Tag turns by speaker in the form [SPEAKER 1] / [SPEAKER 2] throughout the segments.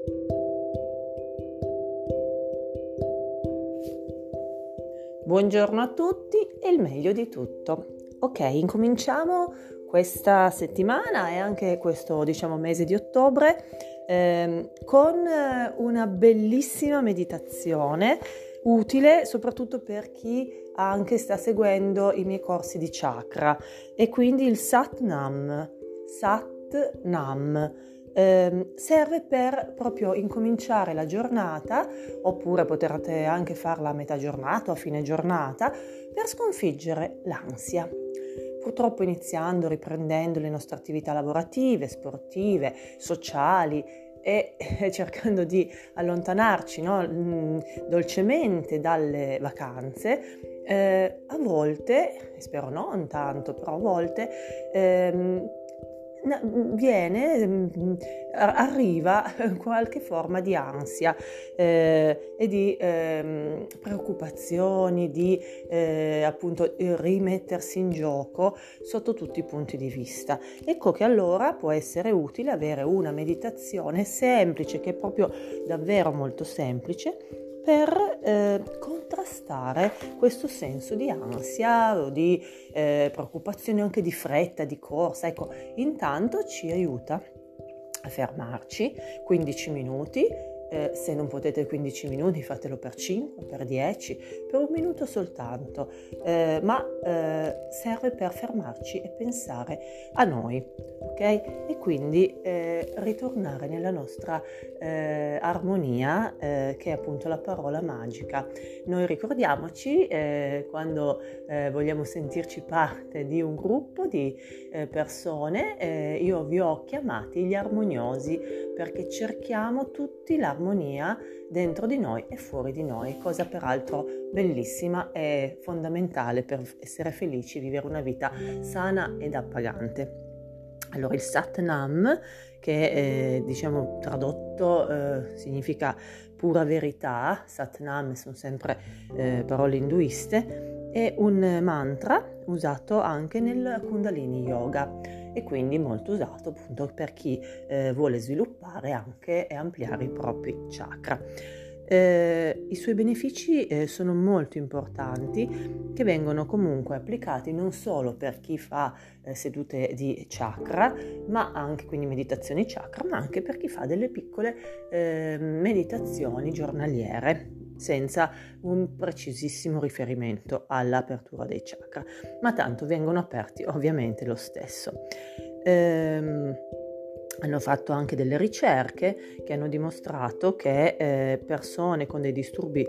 [SPEAKER 1] Buongiorno a tutti e il meglio di tutto. Ok, incominciamo questa settimana e anche questo, mese di ottobre con una bellissima meditazione utile soprattutto per chi anche sta seguendo i miei corsi di chakra e quindi il Sat Nam. Serve per proprio incominciare la giornata, oppure potrete anche farla a metà giornata o a fine giornata, per sconfiggere l'ansia. Purtroppo riprendendo le nostre attività lavorative, sportive, sociali e cercando di allontanarci dolcemente dalle vacanze, a volte, spero non tanto, però a volte arriva qualche forma di ansia e di preoccupazioni, di appunto rimettersi in gioco sotto tutti i punti di vista. Ecco che allora può essere utile avere una meditazione semplice, che è proprio davvero molto semplice, per contrastare questo senso di ansia o di preoccupazione, anche di fretta, di corsa. Ecco, intanto ci aiuta a fermarci 15 minuti, se non potete 15 minuti fatelo per 5, per 10, per un minuto soltanto, ma serve per fermarci e pensare a noi, ok? E quindi ritornare nella nostra armonia, che è appunto la parola magica. Noi ricordiamoci, quando vogliamo sentirci parte di un gruppo di persone, io vi ho chiamati gli armoniosi, perché cerchiamo tutti l'armonia dentro di noi e fuori di noi, cosa peraltro bellissima e fondamentale per essere felici, vivere una vita sana ed appagante. Allora, il Sat Nam, che tradotto significa pura verità, Sat Nam sono sempre parole induiste, è un mantra usato anche nel Kundalini Yoga e quindi molto usato appunto per chi vuole sviluppare anche e ampliare i propri chakra. I suoi benefici sono molto importanti, che vengono comunque applicati non solo per chi fa sedute di chakra, ma anche, quindi meditazioni chakra, ma anche per chi fa delle piccole meditazioni giornaliere senza un precisissimo riferimento all'apertura dei chakra, ma tanto vengono aperti ovviamente lo stesso. Hanno fatto anche delle ricerche che hanno dimostrato che persone con dei disturbi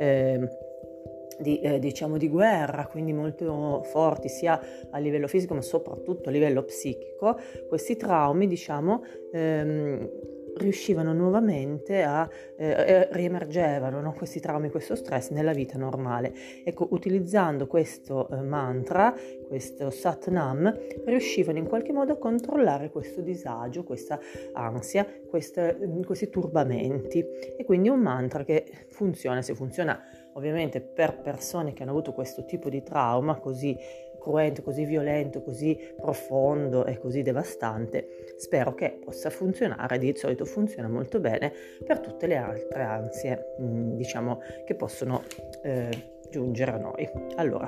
[SPEAKER 1] di guerra, quindi molto forti sia a livello fisico ma soprattutto a livello psichico, questi traumi riuscivano nuovamente a riemergevano, questi traumi, questo stress nella vita normale. Ecco, utilizzando questo mantra, questo Sat Nam, riuscivano in qualche modo a controllare questo disagio, questa ansia, questi turbamenti. E quindi un mantra che funziona, se funziona ovviamente per persone che hanno avuto questo tipo di trauma così cruento, così violento, così profondo e così devastante, spero che possa funzionare. Di solito funziona molto bene per tutte le altre ansie che possono giungere a noi. Allora,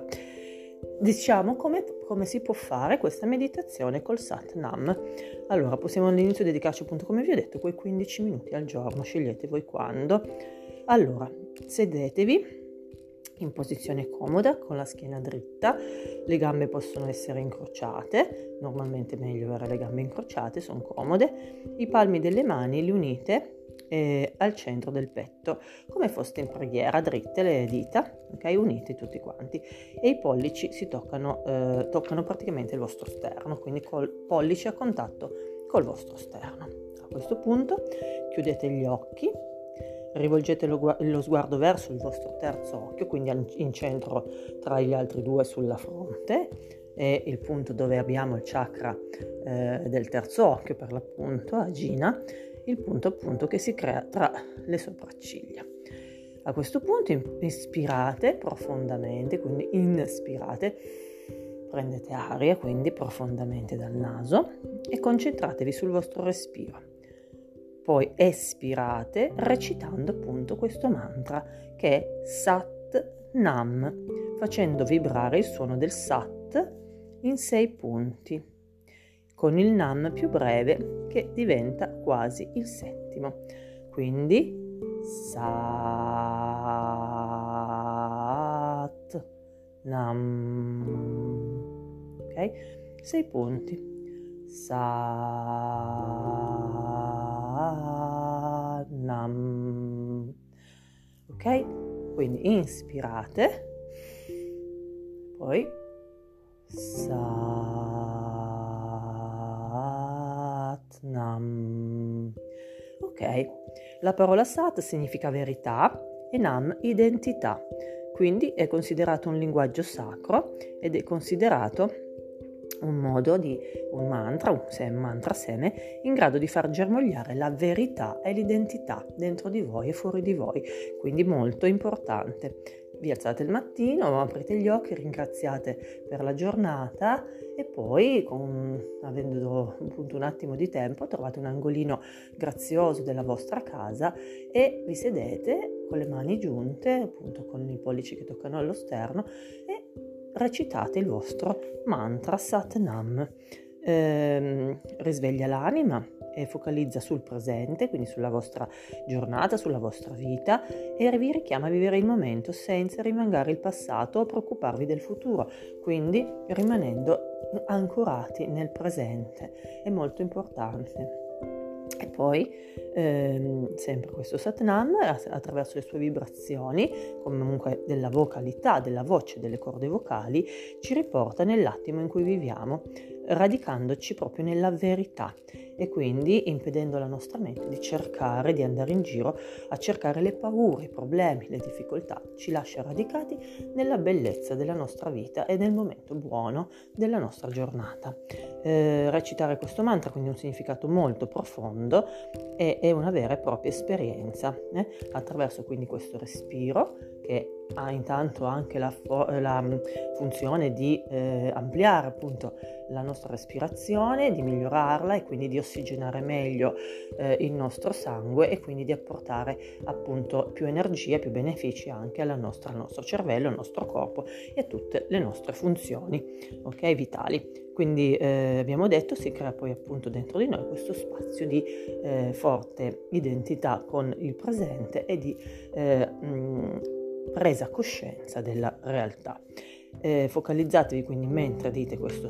[SPEAKER 1] come si può fare questa meditazione col Sat Nam. Allora, possiamo all'inizio dedicarci, appunto, come vi ho detto, quei 15 minuti al giorno, scegliete voi quando. Allora, sedetevi in posizione comoda, con la schiena dritta, le gambe possono essere incrociate, normalmente è meglio avere le gambe incrociate, sono comode, i palmi delle mani li unite al centro del petto, come foste in preghiera, dritte le dita, ok, unite tutti quanti, e i pollici si toccano praticamente il vostro sterno, quindi col pollice a contatto col vostro sterno. A questo punto chiudete gli occhi, rivolgete lo sguardo verso il vostro terzo occhio, quindi in centro tra gli altri due sulla fronte, è il punto dove abbiamo il chakra del terzo occhio, per l'appunto Ajna, il punto appunto che si crea tra le sopracciglia. A questo punto inspirate profondamente, quindi inspirate, prendete aria quindi profondamente dal naso e concentratevi sul vostro respiro. poi espirate recitando appunto questo mantra che è Sat Nam, facendo vibrare il suono del Sat in 6 punti, con il Nam più breve che diventa quasi il settimo. Quindi Sat Nam. Ok? 6 punti. Nam. Ok? Quindi inspirate, poi Sat Nam. Ok, la parola Sat significa verità e Nam identità, quindi è considerato un linguaggio sacro ed è considerato un modo di un mantra seme, in grado di far germogliare la verità e l'identità dentro di voi e fuori di voi, quindi molto importante. Vi alzate il mattino, aprite gli occhi, ringraziate per la giornata e poi, avendo appunto un attimo di tempo, trovate un angolino grazioso della vostra casa e vi sedete con le mani giunte, appunto con i pollici che toccano allo sterno, e recitate il vostro mantra Sat Nam. Risveglia l'anima e focalizza sul presente, quindi sulla vostra giornata, sulla vostra vita, e vi richiama a vivere il momento senza rimangare il passato o preoccuparvi del futuro, quindi rimanendo ancorati nel presente. È molto importante. E poi sempre questo Satnam attraverso le sue vibrazioni, comunque della vocalità, della voce, delle corde vocali, ci riporta nell'attimo in cui viviamo, radicandoci proprio nella verità e quindi impedendo alla nostra mente di cercare di andare in giro a cercare le paure, i problemi, le difficoltà. Ci lascia radicati nella bellezza della nostra vita e nel momento buono della nostra giornata. Recitare questo mantra quindi ha un significato molto profondo e è una vera e propria esperienza attraverso quindi questo respiro che ha intanto anche la funzione di ampliare appunto la nostra respirazione, di migliorarla e quindi di ossigenare meglio il nostro sangue e quindi di apportare appunto più energia, più benefici anche al nostro cervello, al nostro corpo e a tutte le nostre funzioni, ok, vitali. Quindi abbiamo detto si crea poi appunto dentro di noi questo spazio di forte identità con il presente e di presa coscienza della realtà. Focalizzatevi quindi mentre dite questo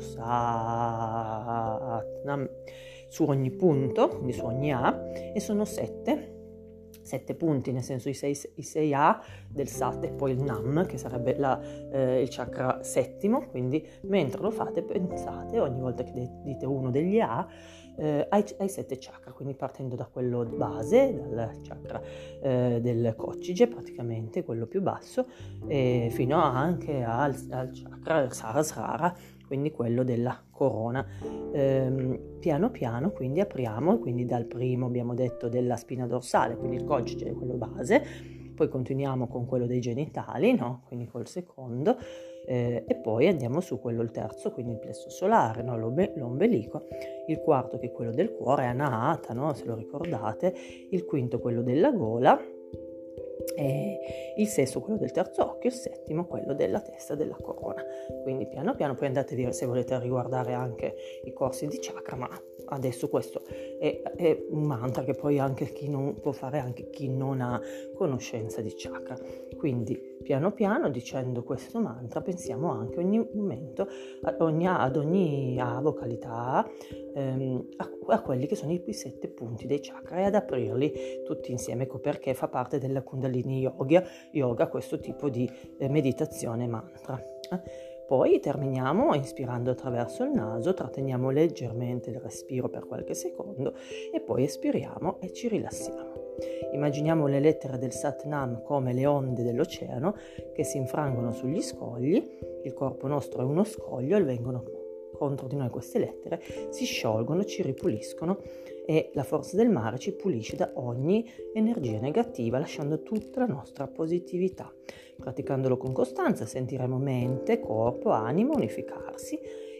[SPEAKER 1] Satnam su ogni punto, quindi su ogni A, e sono 7 punti, nel senso i 6 A del Sat e poi il Nam, che sarebbe il chakra settimo, quindi mentre lo fate pensate ogni volta che dite uno degli A ai 7 chakra, quindi partendo da quello base, dal chakra del Kochige, praticamente quello più basso, fino anche al chakra Sahasrara, quindi quello della corona. Piano piano quindi apriamo, quindi dal primo abbiamo detto della spina dorsale, quindi il Kochige è quello base, poi continuiamo con quello dei genitali, no? Quindi col secondo, e poi andiamo su quello il terzo, quindi il plesso solare, no? L'ombelico, il quarto che è quello del cuore, Anahata, no? Se lo ricordate, il quinto quello della gola, il sesto quello del terzo occhio, il settimo quello della testa della corona. Quindi piano piano poi andate se volete a riguardare anche i corsi di chakra, ma adesso questo è un mantra che poi anche chi non può fare, anche chi non ha conoscenza di chakra. Quindi piano piano dicendo questo mantra pensiamo anche ogni momento ad ogni vocalità a quelli che sono i 7 punti dei chakra e ad aprirli tutti insieme, ecco perché fa parte della Kundalini Yoga questo tipo di meditazione mantra. Poi terminiamo inspirando attraverso il naso, tratteniamo leggermente il respiro per qualche secondo e poi espiriamo e ci rilassiamo. Immaginiamo le lettere del Satnam come le onde dell'oceano che si infrangono sugli scogli, il corpo nostro è uno scoglio e vengono contro di noi queste lettere, si sciolgono, ci ripuliscono e la forza del mare ci pulisce da ogni energia negativa lasciando tutta la nostra positività. Praticandolo con costanza sentiremo mente, corpo, anima unificarsi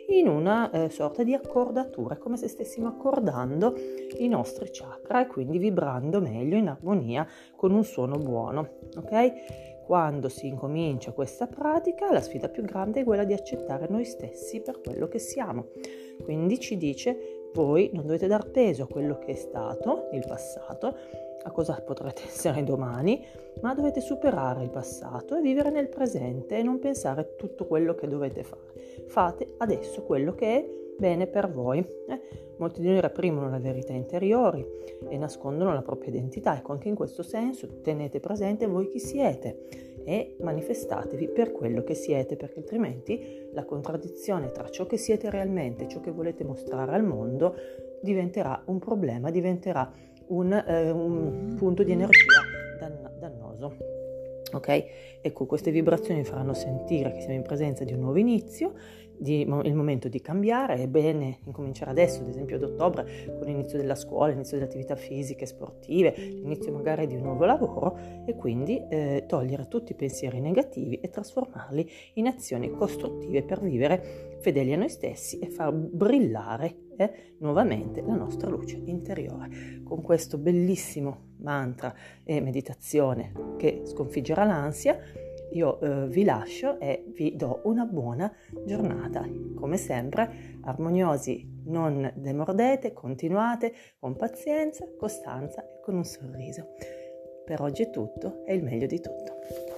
[SPEAKER 1] in una sorta di accordatura, come se stessimo accordando i nostri chakra e quindi vibrando meglio in armonia con un suono buono, ok? Quando si incomincia questa pratica, la sfida più grande è quella di accettare noi stessi per quello che siamo. Quindi ci dice: voi non dovete dar peso a quello che è stato, il passato, a cosa potrete essere domani, ma dovete superare il passato e vivere nel presente e non pensare a tutto quello che dovete fare. Fate adesso quello che è bene per voi. Molti di noi reprimono le verità interiori e nascondono la propria identità. Ecco, anche in questo senso tenete presente voi chi siete e manifestatevi per quello che siete, perché altrimenti la contraddizione tra ciò che siete realmente e ciò che volete mostrare al mondo diventerà un problema, diventerà un punto di energia dannoso. Ok? Ecco, queste vibrazioni faranno sentire che siamo in presenza di un nuovo inizio, il momento di cambiare. È bene incominciare adesso, ad esempio ad ottobre, con l'inizio della scuola, l'inizio delle attività fisiche, sportive, l'inizio magari di un nuovo lavoro, e quindi togliere tutti i pensieri negativi e trasformarli in azioni costruttive per vivere fedeli a noi stessi e far brillare nuovamente la nostra luce interiore. Con questo bellissimo mantra e meditazione che sconfiggerà l'ansia, io vi lascio e vi do una buona giornata. Come sempre, armoniosi, non demordete, continuate con pazienza, costanza e con un sorriso. Per oggi è tutto e il meglio di tutto.